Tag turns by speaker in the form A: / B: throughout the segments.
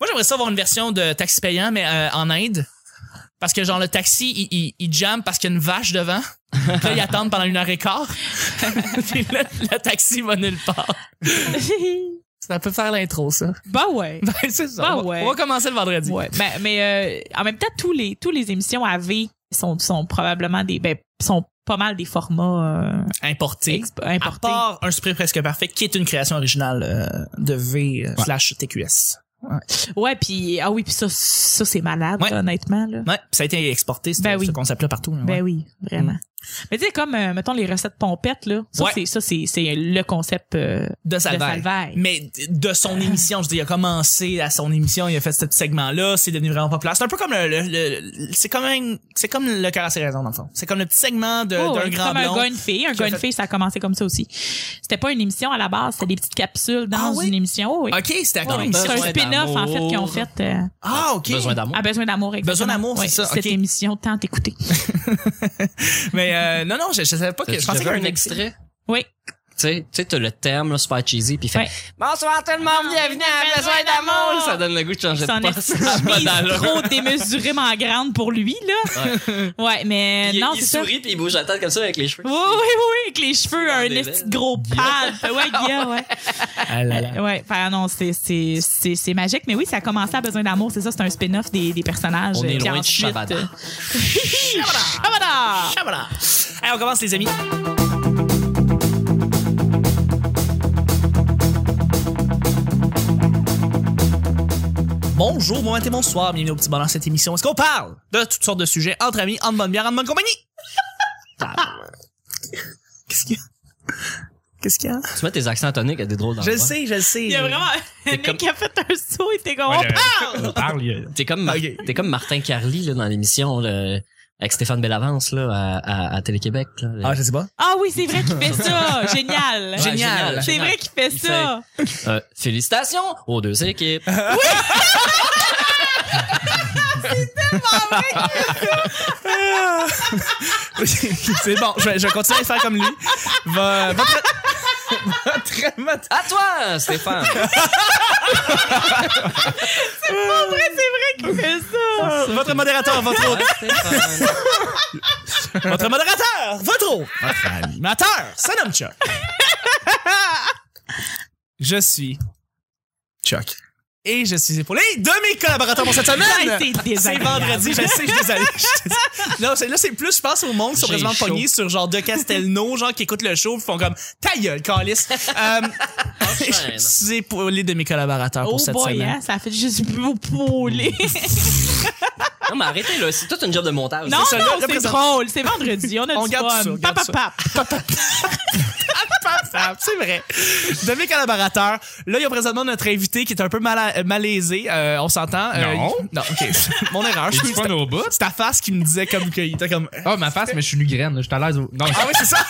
A: j'aimerais ça avoir une version de taxi payant, mais en Inde. Parce que genre le taxi, il jamme parce qu'il y a une vache devant. Puis là, ils attendent pendant 1h15. Puis là, le taxi va nulle part. Ça peut faire l'intro, ça.
B: Bah ouais.
A: Ben, c'est ça.
B: Bah
A: on va commencer le vendredi.
B: Ouais. Mais en même temps, tous les émissions AV sont probablement sont pas mal des formats
A: importés. À
B: importés.
A: part Un Super Presque Parfait, qui est une création originale de V / TQS.
B: Ouais, puis puis ça c'est malade, là, honnêtement là.
A: Ouais, ça a été exporté ce concept-là partout. Là,
B: Ben oui, vraiment. Mais tu sais comme mettons les recettes pompettes là, c'est le concept
A: de Salvaire. Mais de son émission, je dis, il a commencé à son émission, il a fait ce petit segment là, c'est devenu vraiment populaire. C'est un peu comme c'est comme le cœur à ses raisons dans le fond. C'est comme le petit segment d'un grand blond.
B: Comme un gars une fille, ça a commencé comme ça aussi. C'était pas une émission à la base, c'était des petites capsules dans une émission. Oh, oui.
A: OK, c'était comme
B: c'est un spin-off en fait qu'ils ont fait.
A: OK.
C: Besoin d'amour.
B: Besoin d'amour, exactement.
A: Besoin d'amour, c'est ça.
B: Cette émission tant écoutée.
A: Mais non, je savais pas que je pensais qu'il y avait
C: un extrait.
B: Oui.
C: Tu sais, t'as le terme, là, super cheesy, pis il fait bonsoir tout le monde, bienvenue à Besoin d'amour. Ça donne le goût de changer de poste.
B: C'est trop démesurément grande pour lui, là. Ouais, mais non, c'est ça.
C: Il sourit pis il bouge la tête comme ça avec les cheveux.
B: Oui, avec les cheveux, un esti de gros pad. Ouais, Guilla, ouais.
A: Ah là là.
B: Ouais, non, c'est magique, mais oui, ça a commencé à Besoin d'amour, c'est ça, c'est un spin-off des personnages.
C: On est loin de Shabada.
A: Shabada. Allez, on commence, les amis. Bonjour, bon matin, bonsoir, bienvenue au Petit Bonheur, cette émission. Est-ce qu'on parle de toutes sortes de sujets entre amis, en bonne bière, en bonne compagnie? Qu'est-ce qu'il y a?
C: Tu mets tes accents toniques à des drôles d'endroits.
A: Je le sais.
B: Il y a vraiment un mec qui a fait un saut, il était comme
A: On parle.
C: T'es comme Martin Carly, là, dans l'émission, avec Stéphane Bellavance, là, à Télé-Québec, là.
A: Ah, je sais pas.
B: Ah oui, c'est vrai qu'il fait ça. Génial.
C: Ouais, génial.
B: C'est vrai qu'il fait ça.
C: Félicitations aux deux équipes. Oui!
B: C'est tellement vrai qu'il fait ça.
A: C'est bon, je vais continuer à faire comme lui.
C: À toi, Stéphane.
B: C'est pas vrai, c'est vrai qu'il fait ça.
A: Votre modérateur, votre animateur, ça nomme Chuck. Je suis Chuck. Et je suis épaulé de mes collaborateurs pour cette semaine. C'est vendredi, je sais, je suis désolé. Non, là, c'est plus, je pense, au monde qui sont vraiment pognés sur genre De Castelnau, genre qui écoutent le show, qui font comme ta gueule, calice. Je suis épaulé de mes collaborateurs pour cette semaine.
B: Hein, ça fait juste plus épauler.
C: Non, mais arrêtez, là. C'est toute une job de montage.
B: Non, c'est drôle. C'est vendredi. On a du fun.
A: C'est vrai. De mes collaborateurs. Là, il y a présentement notre invité qui est un peu malaisé. On s'entend. Non, OK. Mon erreur. C'est ta face qui me disait comme qu'il était comme...
D: Oh, ma face, mais je suis une graine. Je suis à l'aise. Non,
A: ah oui, c'est ça.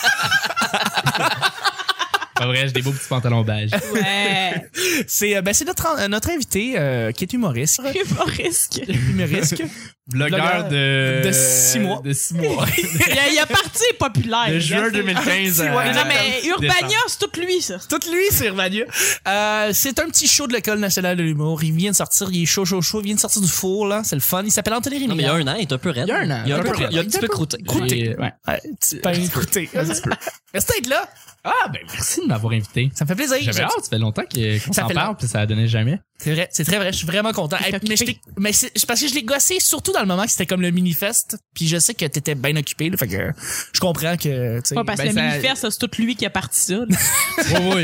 D: Pas vrai, j'ai des beaux petits pantalons beige.
B: Ouais.
A: C'est notre invité qui est humoriste. Humoriste.
D: Blogueur de 6
A: mois.
D: De 6 mois.
B: Il a parti populaire.
D: De juin 2015.
B: Non, mais Urbania, c'est tout lui, ça.
A: C'est tout lui, c'est Urbania. C'est un petit show de l'École nationale de l'humour. Il vient de sortir, il est chaud. Il vient de sortir du four, là. C'est le fun. Il s'appelle Anthony Rémy.
C: Non, mais il y a un an, il est un peu raide.
A: Il y a un an.
C: Il a un petit peu croûté.
A: Ouais. Un petit pain croûté. Restez être là.
D: Ah, ben, merci de m'avoir invité.
A: Ça me fait plaisir.
D: J'avais hâte, ça fait longtemps qu'on s'en parle, puis ça a donné jamais.
A: C'est vrai, c'est très vrai. Je suis vraiment content. Mais c'est parce que je l'ai gossé surtout dans le moment que c'était comme le mini-fest. Puis je sais que t'étais bien occupé, là. Fait que je comprends que, tu sais.
B: Ouais, parce que le mini-fest, c'est tout lui qui a parti ça.
D: Oui.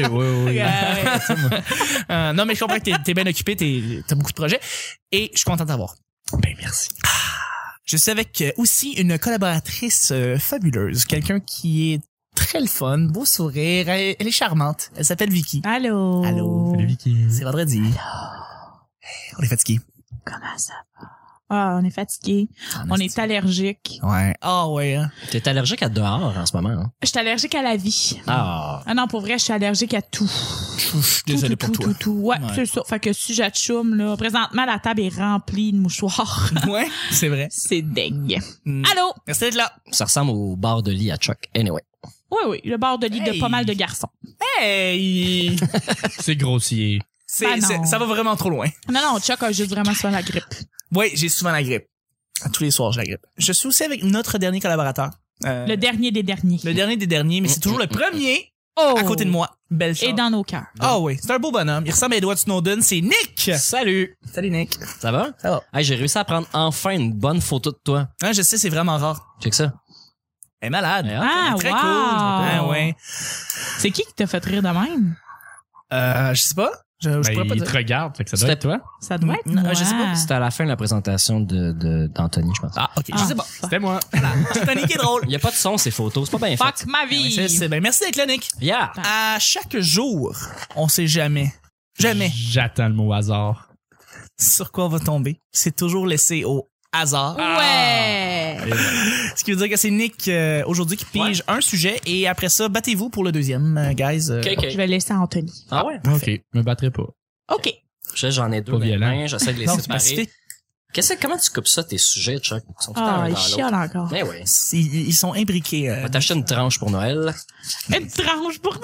A: Non, mais je comprends que t'es bien occupé, t'as beaucoup de projets. Et je suis content d'avoir.
D: Ben, merci.
A: Je suis avec aussi une collaboratrice fabuleuse. Quelqu'un qui est très le fun, beau sourire, elle est charmante. Elle s'appelle Vicky.
B: Allô.
D: Salut Vicky.
A: C'est vendredi. On est fatigué.
B: Comment ça va? Ah, on est fatigué. On est allergique.
A: Ouais. Ah ouais. Hein?
C: T'es allergique à dehors en ce moment, hein?
B: Je suis allergique à la vie.
C: Ah.
B: Ah non, pour vrai, je suis allergique à tout.
A: Je suis désolé pour toi.
B: Tout. Ouais, c'est ça. Fait que si j'atchoume, là, présentement, la table est remplie de mouchoirs.
A: Ouais, c'est vrai.
B: C'est deg. Allô?
A: Merci d'être là.
C: Ça ressemble au bar de lit à Chuck. Anyway.
B: Oui, le bord de lit de pas mal de garçons.
A: Hey!
D: C'est grossier.
A: Ça va vraiment trop loin.
B: Non, Chuck a juste vraiment souvent la grippe.
A: Oui, j'ai souvent la grippe. Tous les soirs, j'ai la grippe. Je suis aussi avec notre dernier collaborateur.
B: Le dernier des derniers.
A: Le dernier des derniers, mais c'est toujours le premier à côté de moi. Belle chance.
B: Et dans nos cœurs.
A: Ah oui, c'est un beau bonhomme. Il ressemble à Edward Snowden. C'est Nick.
C: Salut!
A: Salut, Nick.
C: Ça va?
A: Ça va.
C: Hey, j'ai réussi à prendre enfin une bonne photo de toi.
A: Ah, je sais, c'est vraiment rare.
C: Check ça.
A: Elle est malade.
B: Ah,
A: Très
B: wow.
A: cool. Ah ouais.
B: C'est qui t'a fait rire de même?
A: Je sais pas. Je pourrais pas
D: il
A: dire.
D: te regarde, fait que ça doit être toi.
B: Ça doit être
A: Non,
B: moi.
A: je sais pas.
C: C'était à la fin de la présentation d'Anthony, je pense.
A: Ah, ok. Je sais pas.
D: C'était moi.
A: C'est un Nick qui est drôle.
C: Il y a pas de son, ces photos. C'est pas bien fait.
B: Fuck ma vie!
A: C'est bien. Merci d'être là, Nick.
C: Yeah!
A: À chaque jour, on sait jamais
D: J'attends le mot hasard.
A: sur quoi on va tomber. C'est toujours laissé au hasard.
B: Ouais!
A: Ce qui veut dire que c'est Nick aujourd'hui qui pige un sujet et après ça, battez-vous pour le deuxième, guys.
C: OK.
B: Je vais laisser à Anthony.
C: Ah ouais?
D: OK, me battrai pas.
B: OK.
C: J'en ai deux
D: Pas
C: dans les
D: violent.
C: mains. J'essaie de les
A: Non, c'est
C: séparer.
A: pacifique.
C: Comment tu coupes ça, tes sujets, Chuck? Ils sont tout le temps
B: Ah,
C: un
B: il
C: dans l'autre.
B: chiale encore.
C: Eh oui.
A: Ils sont imbriqués.
C: On va t'acheter une tranche pour Noël.
B: Une tranche pour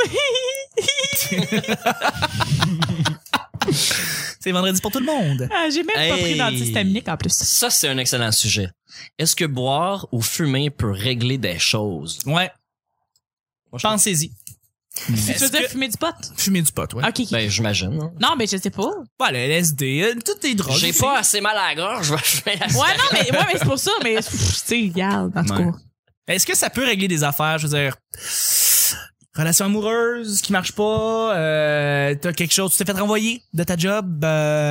A: C'est vendredi pour tout le monde.
B: Ah, j'ai même pas pris d'antihistaminique en plus.
C: Ça, c'est un excellent sujet. Est-ce que boire ou fumer peut régler des choses?
A: Ouais.
C: Moi, je
A: Pensez-y.
B: Tu veux dire fumer du pot?
A: Fumer du pot, ouais.
B: OK.
C: Ben, j'imagine. Hein.
B: Non, mais je sais pas.
A: Ouais, le LSD, toutes les drogues.
C: J'ai pas assez mal à la gorge, je vais fumer la
B: Ouais, non, mais c'est pour ça, mais tu sais, regarde, en tout
A: Ouais.
B: cas.
A: Est-ce que ça peut régler des affaires? Je veux dire, relation amoureuse qui marche pas, t'as quelque chose, tu t'es fait renvoyer de ta job,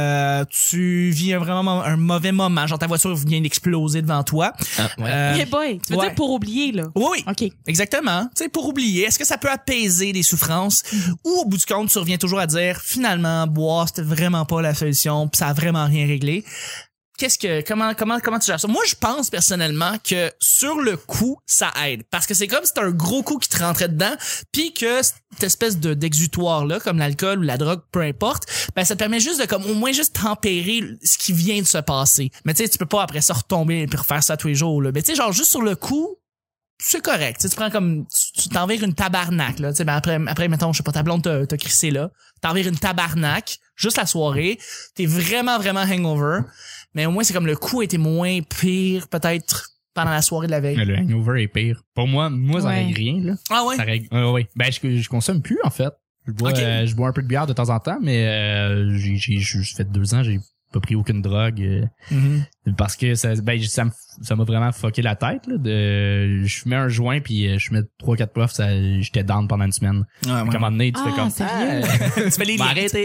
A: tu vis vraiment un mauvais moment, genre ta voiture vient d'exploser devant toi.
C: Ah, ouais.
B: Hey boy, tu veux
A: ouais.
B: dire pour oublier, là?
A: Oui,
B: OK.
A: exactement. Tu sais, pour oublier, est-ce que ça peut apaiser des souffrances ou au bout du compte, tu reviens toujours à dire, finalement, boire, c'était vraiment pas la solution, pis ça a vraiment rien réglé. Comment tu gères ça? Moi, je pense personnellement que sur le coup, ça aide. Parce que c'est comme si c'était un gros coup qui te rentrait dedans, puis que cette espèce d'exutoire-là, comme l'alcool ou la drogue, peu importe, ben ça te permet juste de comme au moins juste tempérer ce qui vient de se passer. Mais tu sais, tu peux pas après ça retomber et puis refaire ça tous les jours, là. Mais tu sais, genre juste sur le coup, c'est correct. Tu sais, tu prends comme tu t'envires une tabarnak, là. Tu sais, ben après mettons, je sais pas, ta blonde t'a crissé là. T'envires une tabarnak, juste la soirée. T'es vraiment hangover. Mais au moins, c'est comme le coup était moins pire, peut-être, pendant la soirée de la veille.
D: Le hangover est pire. Pour moi, ça
B: Ouais.
D: règle rien, là.
A: Ah ouais?
D: Ça règle, ouais. Ben, je consomme plus, en fait. Je bois,
A: Ok.
D: je bois un peu de bière de temps en temps, mais j'ai juste fait 2 ans, j'ai pas pris aucune drogue. Parce que ça m'a vraiment fucké la tête, là. Je fumais un joint, puis je fumais 3-4 puffs, j'étais down pendant une semaine.
A: Ouais,
D: À un moment donné, tu fais comme...
B: sérieux?
A: Tu fais les liens.
D: Arrêtez.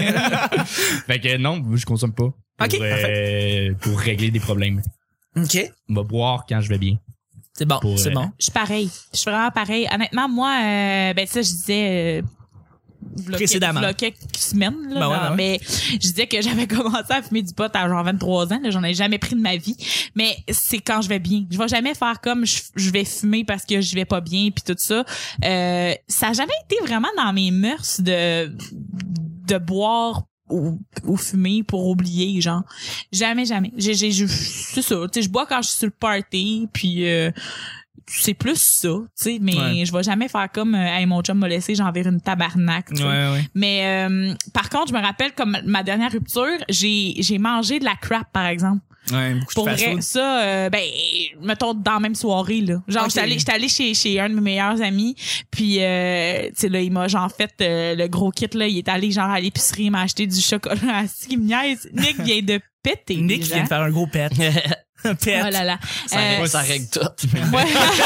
D: Fait que non, je consomme pas.
A: Ok,
D: Pour régler des problèmes.
A: OK.
D: On va boire quand je vais bien.
A: C'est bon,
D: Pour,
A: c'est bon.
B: Je suis pareil. Je suis vraiment pareil. Honnêtement, moi, ben ça, je disais...
A: Précédemment.
B: V'là quelques semaines, là,
A: Ben ouais,
B: non,
A: ben ouais.
B: mais je disais que j'avais commencé à fumer du pot à genre 23 ans. Là, j'en ai jamais pris de ma vie. Mais c'est quand je vais bien. Je vais jamais faire comme je vais fumer parce que je vais pas bien puis tout ça. Ça a jamais été vraiment dans mes mœurs de boire ou fumer pour oublier, genre. Jamais. C'est ça. Tu sais, je bois quand je suis sur le party puis c'est plus ça, tu sais, mais
A: Ouais.
B: je vais jamais faire comme hey, mon chum m'a laissé, j'en vais une tabarnak, tu sais.
A: Ouais.
B: Mais par contre, je me rappelle comme ma dernière rupture, j'ai mangé de la crap par exemple.
A: Ouais, beaucoup
B: Pour
A: de fast
B: vrai,
A: food.
B: ça ben mettons dans la même soirée là. Genre
A: Ok.
B: j'étais allée chez un de mes meilleurs amis, puis tu sais là il m'a genre fait le gros kit là, il est allé genre à l'épicerie il m'a acheté du chocolat assis qui me niaise. Nick vient de péter.
A: Nick
B: déjà.
A: vient de faire un gros pet. Un pet.
B: Oh là là.
C: Ça règle tout.
B: Ouais.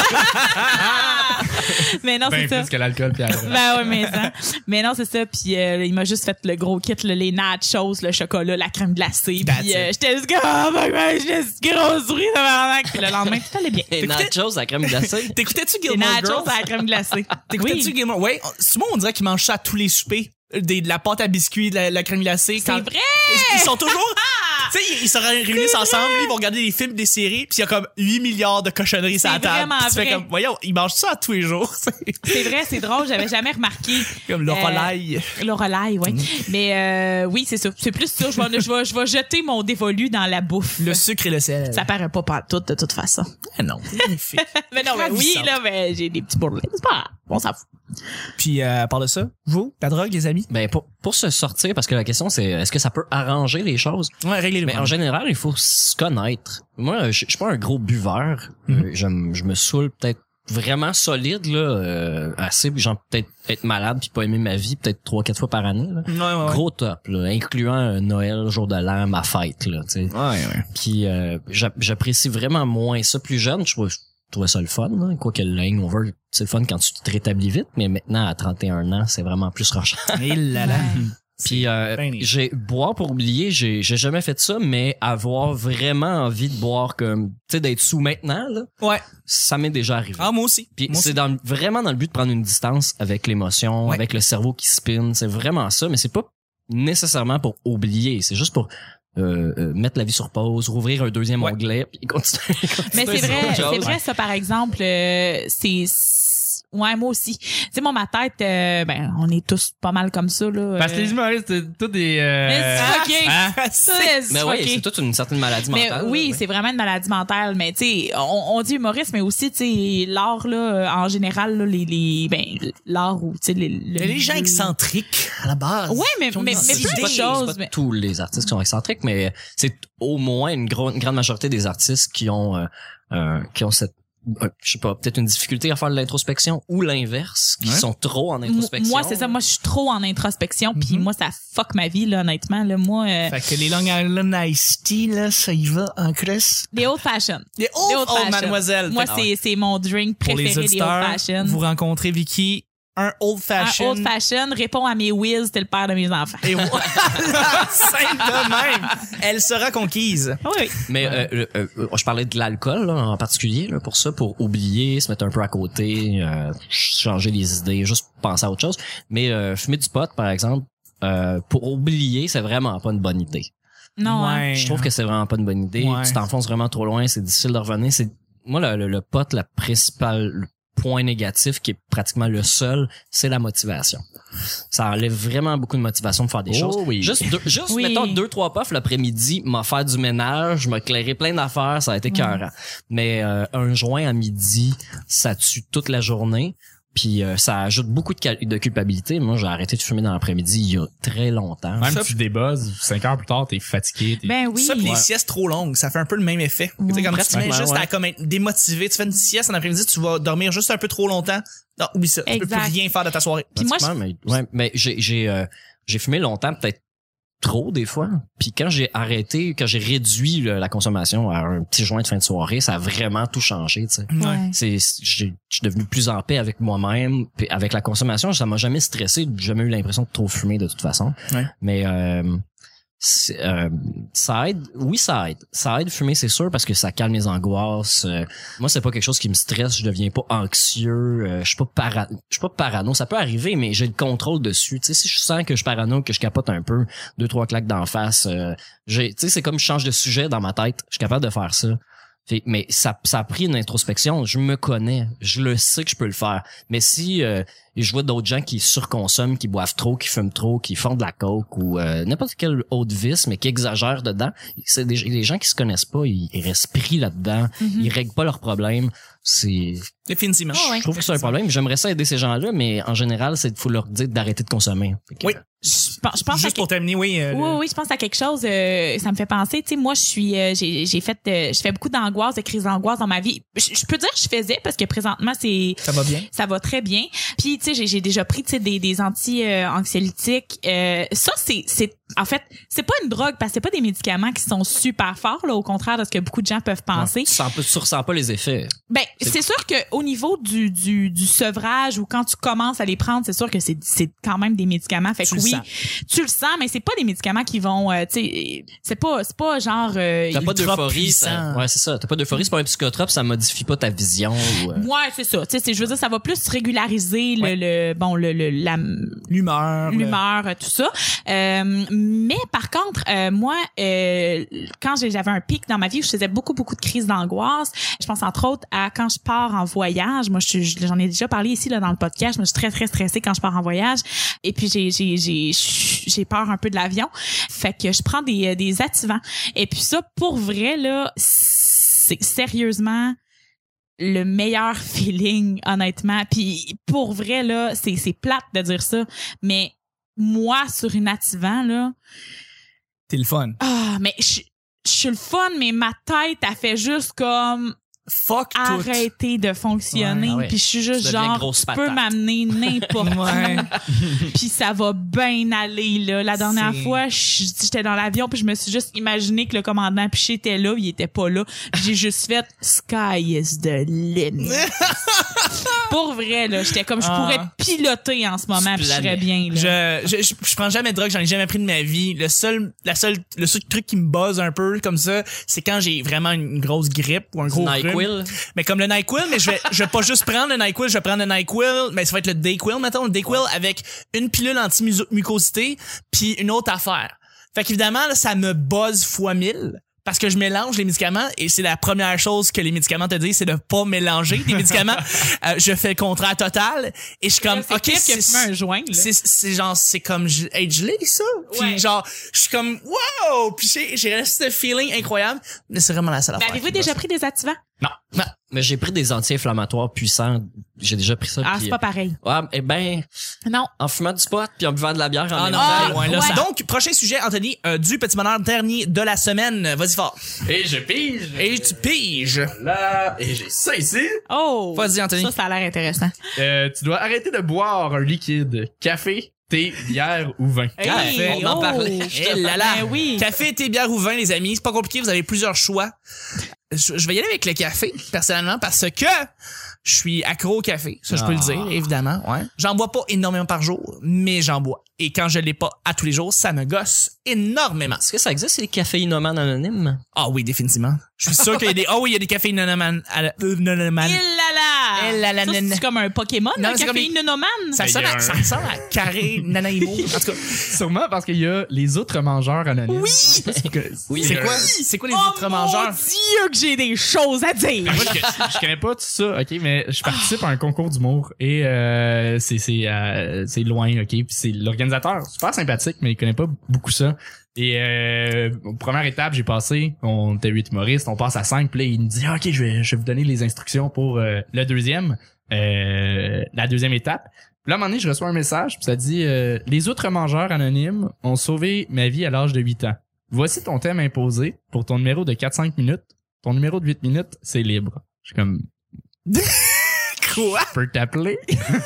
B: Mais non,
D: Ben
B: c'est ça.
D: plus que l'alcool puis la drogue.
B: Ben ouais, mais ça. Mais non, c'est ça. Puis il m'a juste fait le gros kit, les nachos, le chocolat, la crème glacée.
A: That's
B: Puis
A: it.
B: j'étais juste comme, oh my god, j'étais grosse souris de ma Puis le lendemain, tout allait bien.
C: Et nachos à la crème glacée.
A: T'écoutais-tu
B: Les
A: Gilmore
B: nachos
A: Girls?
B: à la crème glacée.
A: T'écoutais-tu
B: Oui.
A: Gilmore? Ouais, souvent on dirait qu'ils mangent ça à tous les soupers. De la pâte à biscuits, de la crème glacée.
B: C'est vrai!
A: Ils sont toujours... Tu sais, ils se réunissent ensemble, ils vont regarder des films, des séries, puis il y a comme 8 milliards de cochonneries sur la table.
B: vraiment
A: Puis tu fais
B: vrai.
A: comme, voyons, ils mangent ça à tous les jours.
B: C'est vrai, c'est drôle, j'avais jamais remarqué.
A: Comme le relais.
B: Lorelai, oui. Mais oui, c'est ça. C'est plus ça. Je vais jeter mon dévolu dans la bouffe.
A: Le sucre et le sel.
B: Ça paraît pas partout, de toute façon.
A: Ah non, c'est magnifique.
B: Mais non, mais oui,
A: Ravissante.
B: là, mais j'ai des petits bourrelets. C'est pas grave. on s'en fout.
A: Puis à part de ça, vous, la drogue, les amis?
C: Ben pour se sortir, parce que la question c'est est-ce que ça peut arranger les choses?
A: Ouais, régler le
C: Mais
A: problème.
C: en général, il faut se connaître. Moi, je suis pas un gros buveur. Je me saoule peut-être vraiment solide là, assez genre peut-être être malade puis pas aimer ma vie peut-être 3-4 fois par année là.
A: Ouais.
C: Gros top là, incluant Noël, jour de l'an, ma fête là, tu sais.
A: Ouais.
C: Puis j'apprécie vraiment moins ça plus jeune, je trouvais ça le fun là. Quoi que le hangover, c'est le fun quand tu te rétablis vite, mais maintenant à 31 ans, c'est vraiment plus rushant.
A: Et là là.
C: Puis j'ai boire pour oublier, j'ai jamais fait ça, mais avoir vraiment envie de boire comme tu sais d'être sous maintenant là.
A: Ouais.
C: Ça m'est déjà arrivé.
A: Ah, moi aussi.
C: Puis c'est vraiment dans le but de prendre une distance avec l'émotion, avec le cerveau qui spin, c'est vraiment ça, mais c'est pas nécessairement pour oublier, c'est juste pour mettre la vie sur pause, rouvrir un deuxième onglet puis continuer.
B: Mais c'est vrai ça par exemple, c'est ouais, moi aussi. Tu sais, moi, ma tête, on est tous pas mal comme ça, là.
D: Parce que les humoristes, c'est tous des...
C: Mais oui, c'est toute une certaine maladie mentale.
B: Oui, c'est vraiment une maladie mentale. Mais tu sais, on dit humoriste, mais aussi, tu sais, l'art, là, en général, là, l'art ou, tu sais,
A: les gens excentriques, à la base.
B: Ouais, mais peu de choses.
C: C'est pas tous les artistes qui sont excentriques, mais c'est au moins une grande majorité des artistes qui ont cette je sais pas, peut-être une difficulté à faire de l'introspection ou l'inverse, qui sont trop en introspection.
B: Moi, c'est ça. Moi, je suis trop en introspection, puis moi, ça fuck ma vie, là, honnêtement. Là, moi,
A: fait que les Long Island Iced Tea, là, ça y va en cresse.
B: Les old fashion.
A: Les old mademoiselle.
B: Moi, c'est mon drink préféré,
A: pour les auditeurs,
B: les old fashion.
A: Vous rencontrez Vicky, un old fashion.
B: Un old fashion répond à mes whiz, t'es le père de mes enfants.
A: Et voilà, simple de même. Elle sera conquise.
B: Oui.
C: Mais je parlais de l'alcool là, en particulier là, pour ça, pour oublier, se mettre un peu à côté, changer les idées, juste penser à autre chose. Mais fumer du pot, par exemple, pour oublier, c'est vraiment pas une bonne idée.
B: Non.
A: Ouais.
C: Je trouve que c'est vraiment pas une bonne idée.
A: Ouais.
C: Tu t'enfonces vraiment trop loin, c'est difficile de revenir. Moi le pot, la principale point négatif qui est pratiquement le seul, c'est la motivation. Ça enlève vraiment beaucoup de motivation de faire des choses.
D: Oui.
C: Juste mettons 2-3 puffs l'après-midi, m'a faire du ménage, m'a éclairé plein d'affaires, ça a été écœurant. Mais un joint à midi, ça tue toute la journée. Puis ça ajoute beaucoup de culpabilité. Moi, j'ai arrêté de fumer dans l'après-midi il y a très longtemps.
D: Même si tu débuzzes, 5 heures plus tard, t'es fatigué.
B: Ben oui.
A: Ça, pis les siestes trop longues, ça fait un peu le même effet. Tu sais, comme tu te mets juste à comme être démotivé, tu fais une sieste en après-midi, tu vas dormir juste un peu trop longtemps. Non, oublie ça. Tu peux plus rien faire de ta soirée.
B: Puis moi,
C: mais j'ai fumé longtemps, peut-être trop des fois. Puis quand j'ai réduit la consommation à un petit joint de fin de soirée, ça a vraiment tout changé, tu sais.
A: Ouais.
C: Je suis devenu plus en paix avec moi-même, puis avec la consommation, ça m'a jamais stressé, j'ai jamais eu l'impression de trop fumer de toute façon.
A: Ouais.
C: Mais ça aide. Oui, ça aide. Ça aide fumer, c'est sûr, parce que ça calme les angoisses. Moi, c'est pas quelque chose qui me stresse. Je deviens pas anxieux. Je suis pas parano. Ça peut arriver, mais j'ai le contrôle dessus. Tu sais, si je sens que je suis parano, que je capote un peu, 2-3 claques d'en face, tu sais, c'est comme je change de sujet dans ma tête. Je suis capable de faire ça. Mais ça a pris une introspection. Je me connais. Je le sais que je peux le faire. Mais si je vois d'autres gens qui surconsomment, qui boivent trop, qui fument trop, qui font de la coke ou n'importe quel autre vice, mais qui exagèrent dedans, c'est des gens qui se connaissent pas, ils restent pris là-dedans, ils règlent pas leurs problèmes. C'est
A: définitivement.
C: Je trouve que c'est un problème. J'aimerais ça aider ces gens-là, mais en général, faut leur dire d'arrêter de consommer.
A: Oui.
B: Je pense
A: juste pour terminer, oui.
B: Oui, je pense à quelque chose. Ça me fait penser. Tu sais, moi, je fais beaucoup d'angoisse, de crises d'angoisse dans ma vie. Je peux dire que je faisais parce que présentement,
A: ça va bien.
B: Ça va très bien. Puis, tu sais, j'ai déjà pris, tu sais, des anti-anxiolytiques. Ça, en fait, c'est pas une drogue parce que c'est pas des médicaments qui sont super forts, là, au contraire de ce que beaucoup de gens peuvent penser.
C: Tu ressens pas les effets.
B: Ben, c'est sûr que au niveau du sevrage ou quand tu commences à les prendre, c'est sûr que c'est quand même des médicaments. Fait que oui, tu le sens, mais c'est pas des médicaments qui vont, tu sais, c'est pas genre.
C: T'as pas d'euphorie, ouais, c'est ça. T'as pas d'euphorie, c'est pas un psychotrope, ça modifie pas ta vision.
B: Ouais, c'est ça. Tu sais, je veux dire, ça va plus régulariser l'humeur, tout ça. Mais par contre, moi, quand j'avais un pic dans ma vie où je faisais beaucoup de crises d'angoisse, je pense entre autres à quand je pars en voyage. Moi, j'en ai déjà parlé ici là dans le podcast. Moi, je suis très très stressée quand je pars en voyage. Et puis j'ai peur un peu de l'avion. Fait que je prends des activants. Et puis ça, pour vrai là, c'est sérieusement le meilleur feeling, honnêtement. Puis pour vrai, là, c'est plate de dire ça, mais moi, sur une Ativan, là...
A: T'es le fun.
B: Ah, mais je suis le fun, mais ma tête, elle fait juste comme...
A: Fuck
B: arrêter de fonctionner.
C: Ouais.
B: Puis je suis juste genre, tu peux m'amener n'importe où. Puis ça va bien aller, là. La dernière fois, j'étais dans l'avion, puis je me suis juste imaginé que le commandant Piché était là, il était pas là. J'ai juste fait Sky is the limit. Pour vrai, là, j'étais comme, je pourrais piloter en ce moment, puis je serais bien, là.
A: Je prends jamais de drogue, j'en ai jamais pris de ma vie. Le seul truc qui me buzz un peu comme ça, c'est quand j'ai vraiment une grosse grippe ou un gros rhume. Mais comme le NyQuil, mais je vais pas juste prendre le NyQuil, je vais prendre le NyQuil, mais ça va être le DayQuil, mettons, le DayQuil avec une pilule anti-mucosité puis une autre affaire. Fait qu'évidemment, là, ça me buzz fois 1000. Parce que je mélange les médicaments et c'est la première chose que les médicaments te disent, c'est de pas mélanger des médicaments. Je fais le contraire total et je suis comme,
B: ok, c'est un joint, là.
A: C'est genre, c'est comme être gelé, ça. Puis genre, je suis comme, wow! Puis j'ai resté ce feeling incroyable. Mais c'est vraiment la seule affaire.
B: Avez-vous déjà pris des activants?
A: Non.
C: Mais j'ai pris des anti-inflammatoires puissants. J'ai déjà pris ça.
B: Ah, c'est pas pareil.
C: Ouais, eh ben.
B: Non.
C: En fumant du pot puis en buvant de la bière.
B: Ouais.
A: Donc, prochain sujet, Anthony, du petit bonheur dernier de la semaine. Vas-y fort.
E: Et je pige.
A: Et tu piges.
E: Là, et j'ai ça ici.
B: Oh.
A: Vas-y, Anthony.
B: Ça a l'air intéressant.
E: Tu dois arrêter de boire un liquide. Café, thé, bière ou vin.
A: Café,
C: on en parlait.
A: Eh là là.
B: Ben oui.
A: Café, thé, bière ou vin, les amis. C'est pas compliqué, vous avez plusieurs choix. Je vais y aller avec le café, personnellement, parce que je suis accro au café. Ça, je peux le dire, évidemment. Ouais. J'en bois pas énormément par jour, mais j'en bois. Et quand je l'ai pas à tous les jours, ça me gosse énormément.
C: Est-ce que ça existe, les caféinomanes anonymes?
A: Ah oui, définitivement. Je suis sûr qu'il y a des... Ah oui, il y a des caféinomanes.
B: Il là là. Ça, c'est comme un Pokémon,
A: non,
B: un caféinomane.
A: Ça ressemble à Carré Nanaimo. En tout cas,
E: sûrement parce qu'il y a les autres mangeurs anonymes.
A: Oui!
C: Oui.
A: C'est quoi les autres mangeurs?
B: Oh mon Dieu que j'ai des choses à dire!
E: Moi, je connais pas tout ça, ok, mais je participe à un concours d'humour et c'est loin, ok, puis c'est l'organisateur super sympathique, mais il connaît pas beaucoup ça. Et première étape, j'ai passé, on était 8 humoristes, on passe à 5, puis là, il me dit ok, je vais vous donner les instructions pour la deuxième étape. Puis là, à un moment donné, je reçois un message, puis ça dit les autres mangeurs anonymes ont sauvé ma vie à l'âge de 8 ans. Voici ton thème imposé pour ton numéro de 4-5 minutes. Ton numéro de 8 minutes, c'est libre. Je suis comme...
A: Quoi?
E: Je peux t'appeler?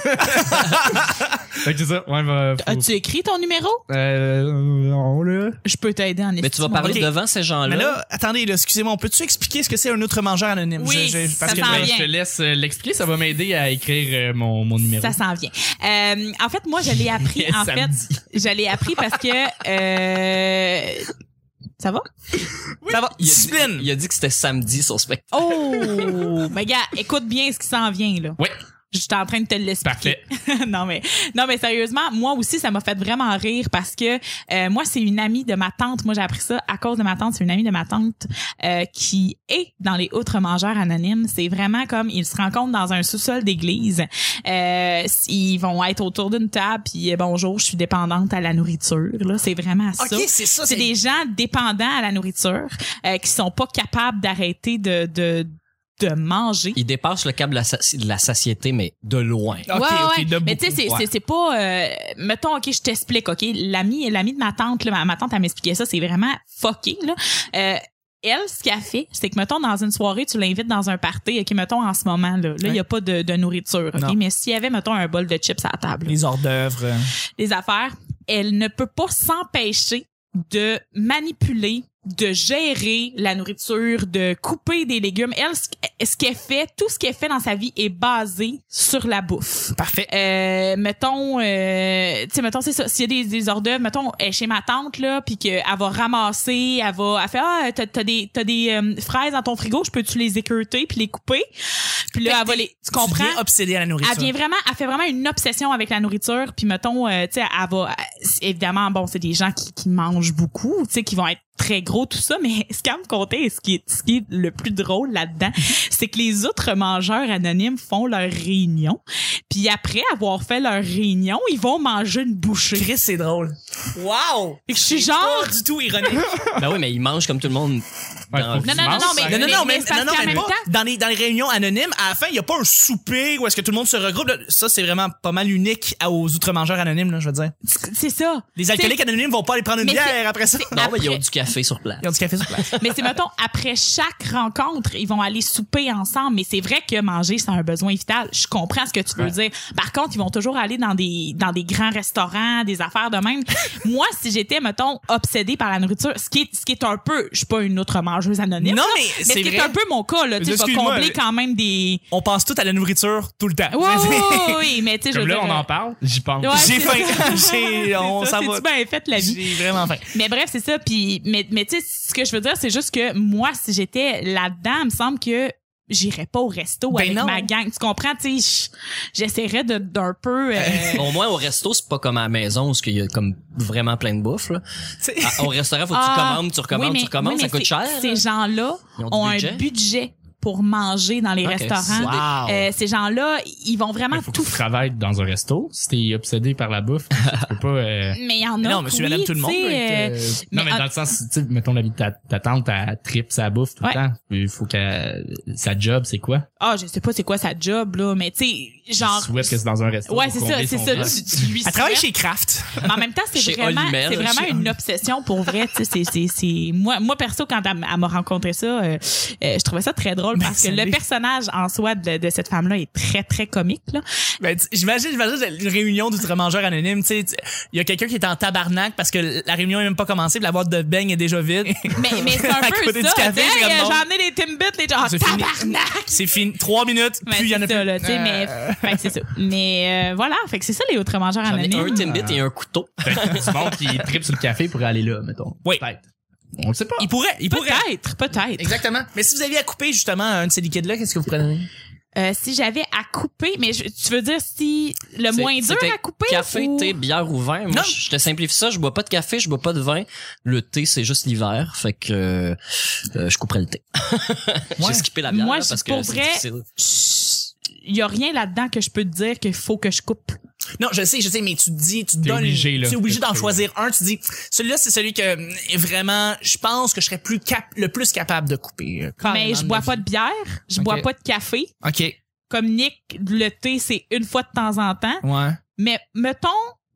E: Fait que c'est ça. Ouais,
B: As-tu écrit ton numéro?
E: Non, là.
B: Je peux t'aider en
C: Mais tu vas parler devant ces gens-là.
A: Mais là, attendez, là, excusez-moi, peux-tu expliquer ce que c'est un autre mangeur anonyme?
B: Oui,
A: parce que
B: s'en vient.
E: Je te laisse l'expliquer, ça va m'aider à écrire mon numéro.
B: Ça s'en vient. En fait, moi, je l'ai appris. Je l'ai appris parce que... Ça va?
A: Oui. Ça va. Discipline.
C: Il a dit que c'était samedi son spectacle.
B: Oh! Mais gars, écoute bien ce qui s'en vient, là.
E: Oui.
B: J'étais en train de te l'expliquer.
E: Parfait.
B: non mais sérieusement, moi aussi ça m'a fait vraiment rire parce que moi c'est une amie de ma tante, moi j'ai appris ça à cause de ma tante, c'est une amie de ma tante qui est dans les autres mangeurs anonymes, c'est vraiment comme ils se rencontrent dans un sous-sol d'église. Ils vont être autour d'une table puis bonjour, je suis dépendante à la nourriture là, c'est vraiment ça.
A: OK, c'est ça,
B: c'est des gens dépendants à la nourriture qui sont pas capables d'arrêter de manger.
C: Il dépasse le câble de la satiété, mais de loin.
B: Okay, mais tu sais, c'est pas... mettons, OK, je t'explique, OK? L'ami de ma tante, là, ma tante, elle m'expliquait ça, c'est vraiment fucké, là. Elle, ce qu'elle fait, c'est que, mettons, dans une soirée, tu l'invites dans un party, OK, mettons, en ce moment, là, il y a pas de nourriture, OK? Non. Mais s'il y avait, mettons, un bol de chips à la table.
A: Les hors d'œuvre. Les
B: affaires, elle ne peut pas s'empêcher de manipuler, de gérer la nourriture, de couper des légumes. Elle, ce qu'elle fait, tout ce qu'elle fait dans sa vie est basé sur la bouffe.
A: Parfait.
B: Mettons, tu sais, mettons, c'est ça. S'il y a des hors d'œuvre, mettons, elle est chez ma tante, là, puis qu'elle va ramasser, elle fait, t'as des fraises dans ton frigo, je peux-tu les équeuter puis les couper? Puis là, elle va les, tu comprends?
A: Elle est obsédée à la nourriture.
B: Elle fait vraiment une obsession avec la nourriture, puis mettons, tu sais, elle va, évidemment, bon, c'est des gens qui mangent beaucoup, tu sais, qui vont être très gros, tout ça, mais ce qu'elle me contait et ce qui est le plus drôle là-dedans, c'est que les autres mangeurs anonymes font leur réunion, puis après avoir fait leur réunion, ils vont manger une bouchée.
A: Chris, c'est drôle. Wow!
B: Et que je suis genre...
A: Pas du tout ironique.
C: Ben oui, mais ils mangent comme tout le monde.
E: Ouais,
C: dans-
E: faut que
B: Non,
E: tu
B: non, non,
E: manges,
B: non,
E: ça.
B: mais-
A: Non,
B: mais c'est parce qu'en
A: même
B: même
A: pas.
B: temps-
A: Dans les réunions anonymes, à la fin, il n'y a pas un souper où est-ce que tout le monde se regroupe. Là. Ça, c'est vraiment pas mal unique aux outre-mangeurs anonymes, là, je veux dire.
B: C'est ça.
A: Les alcooliques anonymes vont pas aller prendre une
B: Mais
A: bière après ça.
C: Non, mais ils ont
B: Après-
C: du café sur place.
A: Ils ont du café sur place.
B: Mais c'est, mettons, après chaque rencontre, ils vont aller souper ensemble. Mais c'est vrai que manger, c'est un besoin vital. Je comprends ce que tu veux dire. Par contre, ils vont toujours aller dans des grands restaurants, des affaires de même. Moi, si j'étais, mettons, obsédée par la nourriture, ce qui est un peu, je suis pas une autre mangeuse anonyme.
A: Non,
B: là,
A: mais
B: ce
A: c'est
B: qui est
A: vrai.
B: un peu mon cas, là. Tu sais, je vais
A: Excuse-moi,
B: combler
A: mais-
B: quand même des...
A: On pense tout à la nourriture tout le temps.
B: Oui, mais tu sais, je veux
E: Comme là,
B: dire...
E: on en parle, j'y pense.
B: Ouais,
A: J'ai
B: c'est
A: faim.
B: ça.
A: On
B: Ça,
A: s'en va.
B: c'est-tu bien fait, la vie?
A: J'ai vraiment faim.
B: Mais bref, c'est ça. Puis, mais tu sais, ce que je veux dire, c'est juste que moi, si j'étais là-dedans, il me semble que j'irais pas au resto
A: Ben
B: avec
A: non.
B: ma gang. Tu comprends? Tu sais, j'essaierais d'un peu...
C: Au moins, au resto, c'est pas comme à la maison où il y a comme vraiment plein de bouffe, là.
A: T'sais,
C: Au restaurant, faut que tu commandes, tu recommandes,
B: oui,
C: tu recommandes,
B: oui,
C: ça
B: mais
C: coûte cher.
B: Ces gens-là
C: Ils ont du
B: ont
C: budget.
B: un budget pour manger dans les
C: Ok,
B: restaurants.
A: wow.
B: Ces gens-là, ils vont vraiment
E: Il faut que
B: tout
E: tu travailles dans un resto. Si t'es obsédé par la bouffe, tu peux pas...
B: Mais il y en a.
A: Non, monsieur,
B: oui,
A: madame, tout le monde
B: tu sais,
A: peut être,
E: non,
B: mais
E: mais dans le sens, tu sais, mettons la vie de ta tante, elle tripe sa bouffe tout
B: Ouais.
E: le temps. Il faut qu'elle... Sa job, c'est quoi?
B: je sais pas c'est quoi sa job, là, mais tu sais, genre...
E: Je souhaite que c'est dans un resto.
B: Ouais,
E: pour
B: c'est ça,
E: combler
B: c'est
E: son
B: ça.
E: besoin.
B: Tu lui
A: Elle travaille
B: souhaites.
A: chez Kraft.
B: Mais en même temps, c'est
C: Chez
B: vraiment,
C: Olimel,
B: c'est vraiment
A: chez-
B: une obsession pour vrai. Tu sais, c'est moi perso quand elle m'a rencontré ça, je trouvais ça très drôle parce que
A: ça
B: le
A: l'est.
B: personnage en soi de cette femme-là est très très comique là.
A: Ben, j'imagine une réunion d'outre-mangeurs anonymes, tu sais, il y a quelqu'un qui est en tabarnak parce que la réunion est même pas commencée, puis la boîte de beignes est déjà vide.
B: Mais c'est un
A: À
B: peu
A: côté
B: ça.
A: du café,
B: Tu sais,
A: c'est comme bon.
B: j'ai amené des Timbits, les gens
A: C'est fini.
B: tabarnak.
A: C'est fini. 3 minutes,
B: Mais
A: puis il y en a
B: c'est ça,
A: plus.
B: là, tu sais, mais fait que c'est ça. Mais voilà, fait que c'est ça les autres mangeurs
C: J'en ai
B: anonymes.
C: un Timbit et un couteau.
E: Fait que du monde qui tripe sur le café pour aller là, mettons.
A: Oui.
E: Peut-être. On le sait pas.
A: Il pourrait.
B: Peut-être.
A: Exactement. Mais si vous aviez à couper justement un de ces liquides-là, qu'est-ce que vous prenez?
B: Si j'avais à couper, mais tu veux dire si le
C: C'est-
B: moins dur
C: c'était
B: à couper
C: Café,
B: ou...
C: thé, bière ou vin. Moi,
A: Non.
C: je te simplifie ça. Je bois pas de café, je bois pas de vin. Le thé, c'est juste l'hiver. Fait que je couperais le thé. J'ai skippé la bière
B: Moi,
C: là, parce
B: pour
C: que c'est
B: vrai,
C: difficile.
B: il y a rien là-dedans que je peux te dire qu'il faut que je coupe.
A: Non, je sais, mais tu te
E: T'es
A: donnes.
E: obligé, là.
A: Tu es obligé d'en
E: Que tu-
A: choisir un. Tu dis, celui-là, c'est celui que vraiment, je pense que je serais le plus capable de couper.
B: Mais je bois pas de bière, je
A: Ok.
B: bois pas de café.
A: OK.
B: Comme Nick, le thé, c'est une fois de temps en temps.
A: Ouais.
B: Mais mettons,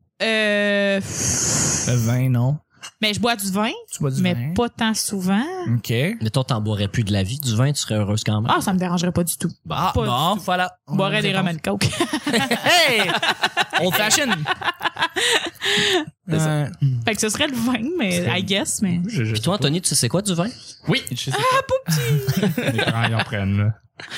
A: Le vin, non.
B: mais je bois du vin,
A: Tu bois du
B: mais
A: vin.
B: pas tant souvent.
A: OK.
C: Mais toi, t'en boirais plus de la vie. Du vin, tu serais heureuse quand même.
B: Ah, ça me dérangerait pas du tout.
A: Bah,
B: Pas
A: bon,
B: du tout.
A: voilà.
B: Je boirais des
A: Réponse.
B: Roman Coke.
A: Hey! Old fashion.
B: Fait que ce serait le vin, mais I guess, mais...
C: Puis toi, Anthony, tu sais c'est quoi du vin?
E: Oui, je sais pas. Les parents, ils en prennent, là.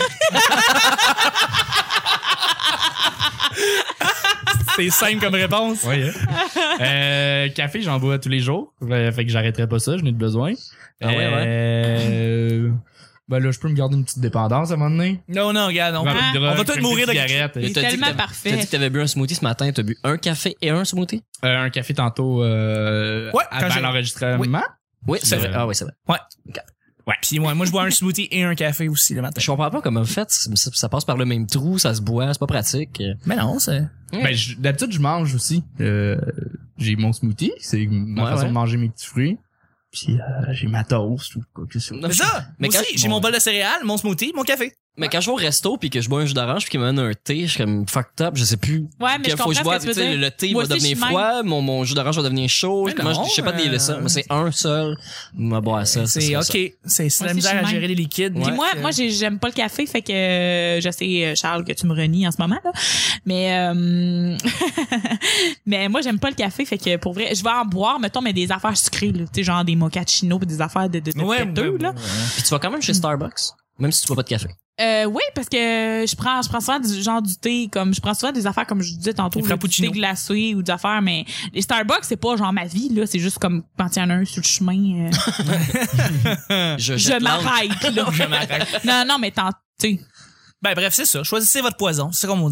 A: C'est simple comme réponse.
E: Oui, hein. Café, j'en bois tous les jours. Fait que j'arrêterai pas ça, je n'ai de besoin.
C: Ah ouais.
E: Ben là, je peux me garder une petite dépendance à un moment donné.
A: Non, regarde.
B: Ah.
E: Prendre une drogue,
A: On va tous
E: fumer
A: mourir
E: une
A: de
E: cigarette.
B: C'est
C: T'as dit
B: tellement
C: que t'as-
B: parfait.
C: T'as dit que t'avais bu un smoothie ce matin. T'as bu un café et un smoothie?
E: Un café tantôt
A: quand
E: avant
A: j'ai-
E: l'enregistrement.
C: Oui, c'est vrai.
E: Euh,
C: Ah oui, c'est vrai.
A: Ouais. Puis moi, je bois un smoothie et un café aussi le matin.
C: Je comprends pas comment vous faites. Ça passe par le même trou, ça se boit, c'est pas pratique.
A: Mais non, c'est...
E: Ben, d'habitude, je mange aussi. J'ai mon smoothie, c'est ma
C: Ouais,
E: façon
C: ouais.
E: de manger mes petits fruits. Puis j'ai ma toast ou quoi que ce soit.
C: Non,
A: C'est ça!
C: Mais
A: Moi
C: quand-
A: aussi, j'ai mon bol de céréales, mon smoothie, mon café.
C: Mais quand je vais au resto puis que je bois un jus d'orange puis qu'il me donne un thé, je suis comme fucked up, je sais plus.
B: Ouais, mais je
C: qu'il faut
B: comprends
C: bois,
B: ce que tu veux
C: tu sais,
B: dire.
C: le thé
B: Moi
C: va
B: aussi,
C: devenir
B: je suis
C: froid, mon jus d'orange va devenir chaud.
A: Mais
C: Comment
A: non,
C: je sais pas délier ça. Moi, c'est un seul. Moi, boire ça.
A: C'est
C: serait
A: OK.
C: ça.
A: C'est
B: Moi
A: la
B: aussi,
A: misère
B: je
A: à
B: suis
A: gérer les liquides.
B: Puis
A: Ouais.
B: moi, j'aime pas le café, fait que je sais, Charles, que tu me renies en ce moment, là. Mais mais moi, j'aime pas le café, fait que pour vrai, je vais en boire, mettons, mais des affaires sucrées, là. Tu sais, genre des mochaccino pis des affaires de péteux, là.
C: Puis tu vas quand même chez Starbucks, même si tu bois pas de café.
B: Oui, parce que je prends souvent du thé, comme je prends souvent des affaires comme je disais tantôt,
A: Des
B: là, du thé
A: frappuccinos.
B: glacé ou des affaires, mais les Starbucks, c'est pas genre ma vie, là, c'est juste comme quand il y en a un sur le chemin,
C: Je
B: je m'arrête, là.
A: Je m'arrête.
B: Non, mais tu sais.
A: Ben bref, c'est ça. Choisissez votre poison. C'est comme on dit.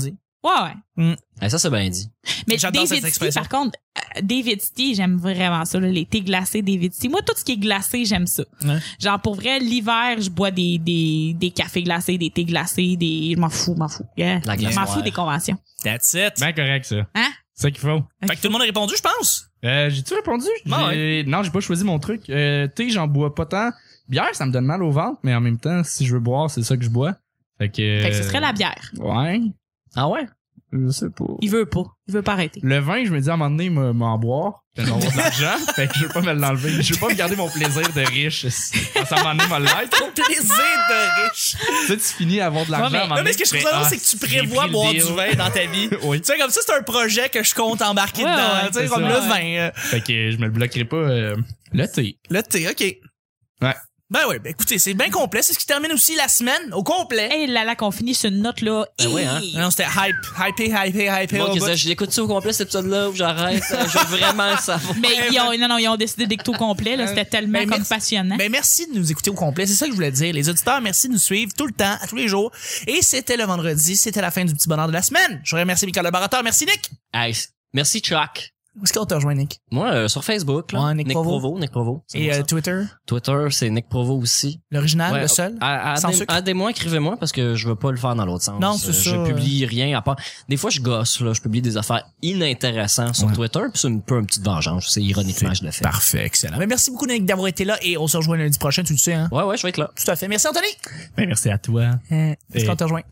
B: Ouais.
C: Ça, c'est bien dit.
B: Mais
A: J'adore
B: David
A: cette
B: Tea,
A: expression.
B: par contre, David Tea, j'aime vraiment ça, là, les thés glacés David Tea. Moi, tout ce qui est glacé, j'aime ça.
A: Ouais.
B: Genre, pour vrai, l'hiver, je bois des cafés glacés, des thés glacés, je m'en fous. Yeah.
C: La glace
B: Je m'en fous
C: noire.
B: des conventions.
A: That's it.
E: Ben correct, ça.
B: Hein?
E: C'est ça qu'il faut.
A: Fait que tout le monde a répondu, je pense.
E: J'ai-tu répondu?
A: Ouais.
E: Non, j'ai pas choisi mon truc. Thé, j'en bois pas tant. Bière, ça me donne mal au ventre, mais en même temps, si je veux boire, c'est ça que je bois. Fait que
B: Ce serait la bière.
E: Ouais.
C: Ah ouais?
E: Je sais pas.
B: Il veut pas arrêter.
E: Le vin, je me dis à un moment donné, m'en boire. Je vais avoir de l'argent. Fait que je veux pas me l'enlever. Je veux pas me garder mon plaisir de riche. Parce qu'à un moment donné, m'a l'être.
A: Ton plaisir de riche.
E: Tu sais, tu finis à avoir de l'argent.
B: Ouais, mais-
E: à un moment
A: Non, mais
E: donné,
A: ce que je
E: tu
A: trouve ça drôle,
E: fais,
A: c'est que tu
E: j'ai
A: prévois
E: pris le
A: boire
E: deal.
A: du vin dans ta vie.
E: Oui.
A: Tu sais, comme ça, c'est un projet que je compte embarquer
B: Ouais,
A: dedans.
B: ouais,
A: Tu sais,
E: c'est
A: comme
E: ça.
A: le vin.
E: Fait que je me le bloquerai pas. Le thé.
A: Le thé, OK.
E: Ouais.
A: Ben oui, ben écoutez, c'est bien complet. C'est ce qui termine aussi la semaine au complet.
B: Hey là, qu'on finit sur une note, là.
C: Ben ouais, hein.
A: Non, c'était hypé.
C: Moi,
A: au
C: qui
A: bout.
C: disais, je l'écoute au complet, cet épisode-là, ou j'arrête. Je veux vraiment le savoir.
B: Mais ils ont décidé d'écouter au complet, là. C'était tellement
A: Ben,
B: comme
A: merci.
B: passionnant.
A: Ben merci de nous écouter au complet. C'est ça que je voulais dire. Les auditeurs, merci de nous suivre tout le temps, à tous les jours. Et c'était le vendredi. C'était la fin du petit bonheur de la semaine. Je remercie mes collaborateurs. Merci, Nick.
C: Hey, merci, Chuck.
A: Où est-ce qu'on te rejoint, Nick?
C: Moi, sur Facebook, là.
A: Ouais, Nick Provo.
C: Nick Provo. C'est
A: Et
C: moi, ça.
A: Twitter?
C: Twitter, c'est Nick Provo aussi.
A: L'original,
C: Ouais,
A: le seul? Sans sucre?
C: Aidez-moi, écrivez-moi parce que je veux pas le faire dans l'autre sens.
A: Non, c'est ça.
C: Je publie rien à part. Des fois, je gosse, là. Je publie des affaires inintéressantes sur Twitter, puis c'est un peu une petite vengeance. C'est ironiquement, je le fais.
A: Parfait, excellent. Mais merci beaucoup, Nick, d'avoir été là et on se rejoint lundi prochain, tu le sais, hein?
C: Ouais, je vais être là.
A: Tout à fait. Merci, Anthony.
E: Ben, merci à toi.
A: Est-ce qu'on te rejoint?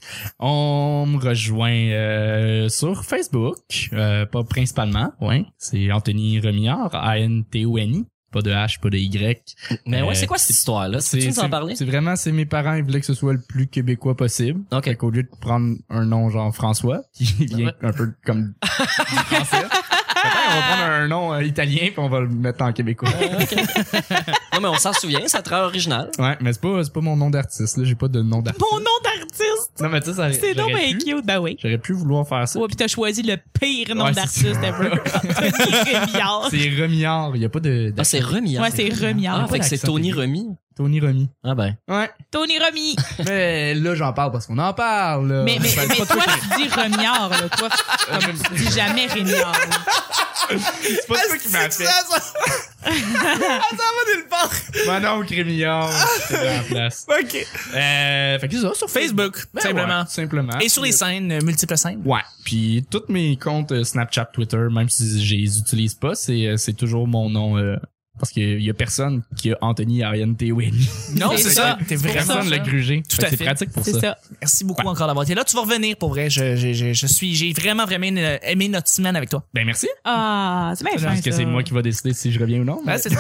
E: On me rejoint sur Facebook, pas principalement, ouais. C'est Anthony Remillard, A-N-T-O-N-I, pas de H, pas de Y.
C: Mais ouais, c'est quoi cette histoire-là? Tu peux nous en parler?
E: C'est vraiment, c'est mes parents, ils voulaient que ce soit le plus québécois possible.
C: OK.
E: Fait qu'au lieu de prendre un nom genre François, qui vient un peu comme du français, on va prendre un nom italien puis on va le mettre en québécois.
C: OK. Non, mais on s'en souvient, c'est très original.
E: Ouais, mais c'est pas mon nom d'artiste, là, j'ai pas de nom d'artiste.
B: Mon nom d'artiste!
E: Non, mais tu sais, ça
B: C'est donc
E: j'aurais
B: bien
E: pu-
B: cute, ben oui.
E: J'aurais pu vouloir faire ça.
B: Ouais, pis t'as choisi le pire nom
E: Ouais, c'est
B: d'artiste
E: ça.
B: ever. Anthony Remillard.
E: C'est Remillard, il y a pas de
C: Ah, c'est Remy. hein.
B: Ouais, c'est Remillard.
C: Ah, fait que c'est
E: d'accent
C: Tony
E: aigu.
C: Remy.
E: Tony Remy.
C: Ah ben.
E: Ouais.
B: Tony Remy.
E: Mais là, j'en parle parce qu'on en parle, là.
B: Mais
E: Enfin, c'est pas
B: toi,
E: toi
B: tu dis Remillard, là. Toi, comme tu dis jamais Remillard.
E: c'est pas toi qui m'as fait.
A: Ça va nulle part.
E: Manon Crémillard, c'est à la place.
A: OK.
E: Fait que c'est ça, sur
A: Facebook,
E: Ben
A: simplement.
E: ouais, simplement.
A: Et sur les scènes, multiples scènes.
E: Ouais. Puis tous mes comptes Snapchat, Twitter, même si je les utilise pas, c'est toujours mon nom. Parce qu'il y a personne qui a Anthony Ariane T-Win.
A: Non,
B: C'est
A: c'est
B: ça.
A: ça. T'es
B: C'est
A: vraiment.
B: ça.
E: Personne l'a grugé.
A: Tout
E: Fait
A: à
E: que
A: fait.
E: C'est pratique pour
B: C'est
E: ça.
B: ça.
A: Merci beaucoup encore d'avoir été là. Tu vas revenir pour vrai. J'ai vraiment aimé notre semaine avec toi.
E: Ben merci.
B: Ah, c'est bien fin,
E: Parce que
B: ça.
E: c'est moi qui va décider si je reviens ou non.
A: Ouais,
E: mais-
A: c'est-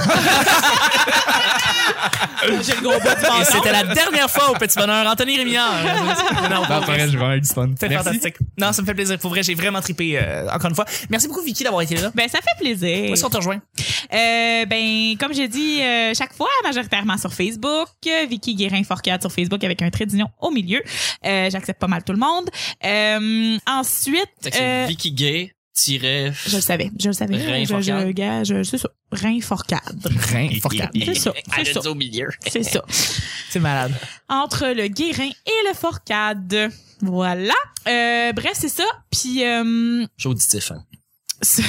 B: J'ai le gros bas du
A: Et
B: menton.
A: c'était la dernière fois au Petit Bonheur. Anthony Rémillard. Non,
E: Non, pareil, j'ai vraiment eu du fun.
A: c'est
E: Merci.
A: fantastique. Non, ça me fait plaisir. Pour vrai, j'ai vraiment trippé encore une fois. Merci beaucoup, Vicky, d'avoir été là.
B: Ben, ça fait plaisir.
A: Où est-ce qu'on te rejoint?
B: Ben, comme j'ai dit chaque fois, majoritairement sur Facebook. Vicky Guérin-Forcade sur Facebook avec un trait d'union au milieu. J'accepte pas mal tout le monde. Ensuite,
C: Fait que c'est Vicky Gay tiret.
B: je le savais.
C: Rein-Forcade.
B: C'est ça. Rein-Forcade.
A: Forcade.
B: C'est ça.
C: Elle
B: C'est
C: a
B: ça.
C: dit au milieu.
B: C'est ça.
A: C'est malade.
B: Entre le Guérin et le Forcade. Voilà. Bref, c'est ça. Puis
C: J'ai auditif, hein.
B: sur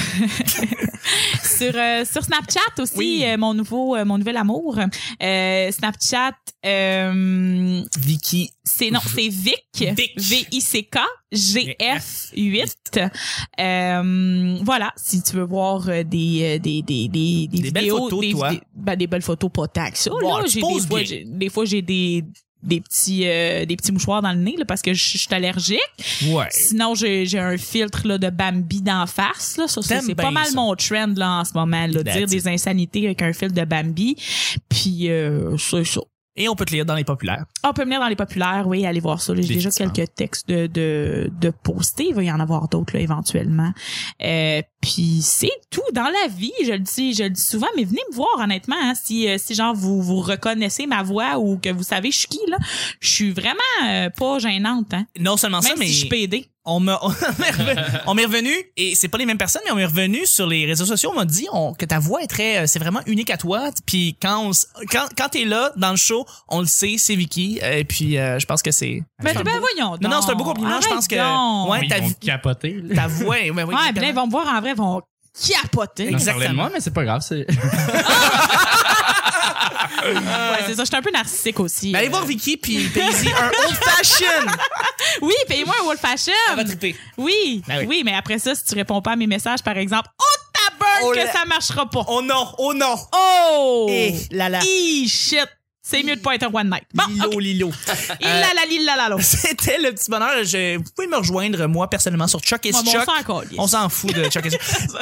B: Snapchat aussi,
A: Oui.
B: mon nouvel amour. Snapchat,
A: Vicky.
B: c'est Vic.
A: Vic.
B: VICK GF8. Voilà, si tu veux voir des
A: belles
B: vidéos,
A: photos de toi.
B: des belles photos pas tant que ça.
A: Ouais,
B: Là,
A: tu
B: j'ai
A: poses bien.
B: des fois j'ai des petits mouchoirs dans le nez là, parce que je suis allergique.
A: Ouais.
B: Sinon, j'ai un filtre là, de Bambi d'en face. Là. Ça,
A: T'aimes
B: c'est
A: bien
B: pas mal
A: ça.
B: mon trend là, en ce moment. Là,
A: That's
B: dire
A: it.
B: des insanités avec un filtre de Bambi. Puis, c'est ça.
A: Et on peut te lire dans les populaires.
B: On peut venir dans les populaires, oui, allez voir ça. Là. J'ai déjà
A: Définitivement.
B: quelques textes de poster. Il va y en avoir d'autres là, éventuellement. Puis c'est tout dans la vie. Je le dis souvent, mais venez me voir honnêtement. Hein, si genre vous reconnaissez ma voix ou que vous savez je suis qui là, je suis vraiment pas gênante. Hein.
A: Non seulement ça,
B: Même
A: mais
B: si je suis PD.
A: on m'est revenu, et c'est pas les mêmes personnes, mais on m'est revenu sur les réseaux sociaux, on m'a dit que ta voix est c'est vraiment unique à toi, puis quand t'es là, dans le show, on le sait, c'est Vicky, et puis je pense que c'est...
B: Ben voyons.
A: Non, c'est un beau compliment, je pense que...
E: Ouais, ils vont capoter.
A: Ta voix, oui,
B: ouais, puis là, ils vont me voir en vrai, ils vont capoter.
E: Exactement. Moi, mais c'est pas grave, c'est...
B: Ouais, c'est ça. Je suis un peu narcissique aussi.
A: Ben, allez voir Vicky puis payez-y un old fashion.
B: Oui, paye-moi un old fashion.
A: Elle va triper.
B: Oui.
A: Ben oui.
B: Oui, mais après ça, si tu réponds pas à mes messages, par exemple, tabarnak que ça marchera pas.
A: Oh non, oh non.
B: Oh.
A: Et là.
B: Shit. C'est mieux de pas être un one night. Bon,
A: Lilo.
B: Lilo.
A: C'était le petit bonheur. Vous pouvez me rejoindre, moi, personnellement, sur Chuck et Chuck. On s'en fout de Chuck et Chuck.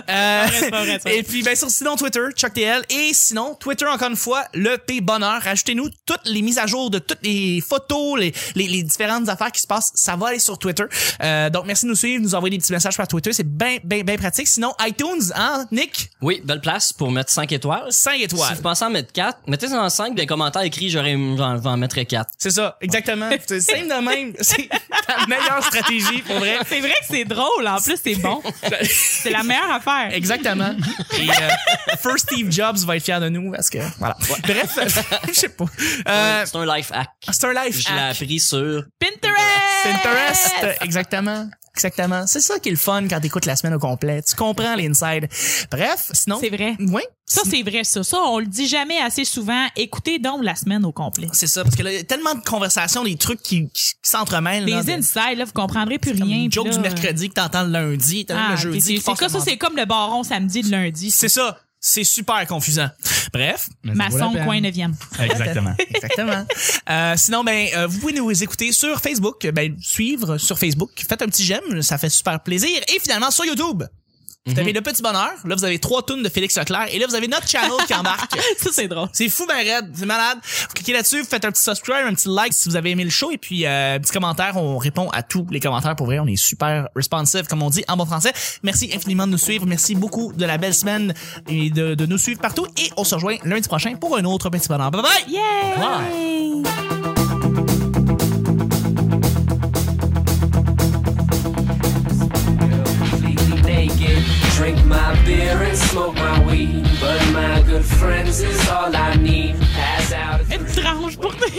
A: Et puis, ben, sinon, Twitter, Chuck TL. Et sinon, Twitter, encore une fois, le P Bonheur. Ajoutez-nous toutes les mises à jour de toutes les photos, les différentes affaires qui se passent. Ça va aller sur Twitter. Donc, merci de nous suivre, nous envoyer des petits messages par Twitter. C'est bien pratique. Sinon, iTunes, hein, Nick?
C: Oui, belle place pour mettre 5 étoiles.
A: 5 étoiles.
C: Si vous pensez en mettre 4, mettez-en 5, des commentaires écrits, j'en mettrais 4.
A: C'est ça, exactement. C'est simple de même. C'est la meilleure stratégie, pour vrai.
B: C'est vrai que c'est drôle. En plus, c'est bon. C'est la meilleure affaire.
A: Exactement. Et First Steve Jobs va être fier de nous parce que voilà. Ouais. Bref, je sais pas.
C: C'est un life hack.
A: C'est un life hack.
C: Je l'ai appris sur
B: Pinterest.
A: Exactement. C'est ça qui est le fun quand t'écoutes la semaine au complet. Tu comprends l'inside. Bref, sinon.
B: C'est vrai.
A: Oui.
B: Ça, c'est vrai, ça. Ça, on le dit jamais assez souvent. Écoutez donc la semaine au complet.
A: C'est ça, parce que là, il y a tellement de conversations, des trucs qui s'entremêlent.
B: Les insides, là, vous comprendrez plus rien.
A: Une joke
B: là,
A: du mercredi que t'entends le lundi, le jeudi.
B: C'est comme le baron samedi, le lundi.
A: C'est ça. C'est super confusant. Bref.
B: Maçon, coin 9e.
E: Exactement.
A: Sinon, vous pouvez nous écouter sur Facebook. Suivre sur Facebook. Faites un petit j'aime. Ça fait super plaisir. Et finalement, sur YouTube. Vous avez le petit bonheur. Là, vous avez 3 tunes de Félix Leclerc. Et là, vous avez notre channel qui embarque.
B: Ça, c'est drôle.
A: C'est fou, ben raide. C'est malade. Vous cliquez là-dessus, vous faites un petit subscribe, un petit like si vous avez aimé le show. Et puis, petit commentaire. On répond à tous les commentaires. Pour vrai, on est super responsive, comme on dit en bon français. Merci infiniment de nous suivre. Merci beaucoup de la belle semaine et de nous suivre partout. Et on se rejoint lundi prochain pour un autre petit bonheur. Bye bye!
B: Yeah!
A: Bye!
F: Drink my beer and smoke my weed, but my good friends is all I need. Pass out.
B: Une tranche pour toi.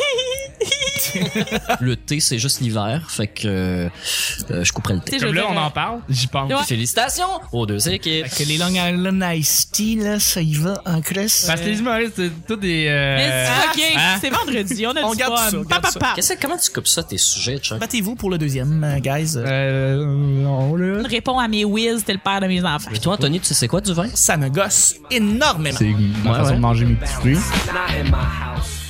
C: Le thé, c'est juste l'hiver, fait que je couperais le thé.
E: Comme là, on en parle, j'y pense.
B: Ouais.
C: Félicitations aux 2 équipes.
A: Fait que les Long Island Iced Tea, là, ça y va en cresse.
E: Parce que les humoristes, c'est tous des...
B: Mais c'est OK, c'est vendredi, on a du
A: garde
B: fun.
A: ça, on garde ça.
C: Comment tu coupes ça, tes sujets, Chuck?
A: Battez-vous pour le deuxième, guys.
E: non, là.
B: Réponds à mes whiz, t'es le père de mes enfants.
C: Et toi, Anthony, tu sais c'est quoi du vin?
A: Ça me gosse énormément.
E: C'est ma façon de manger mes petits fruits.
F: Not in my house.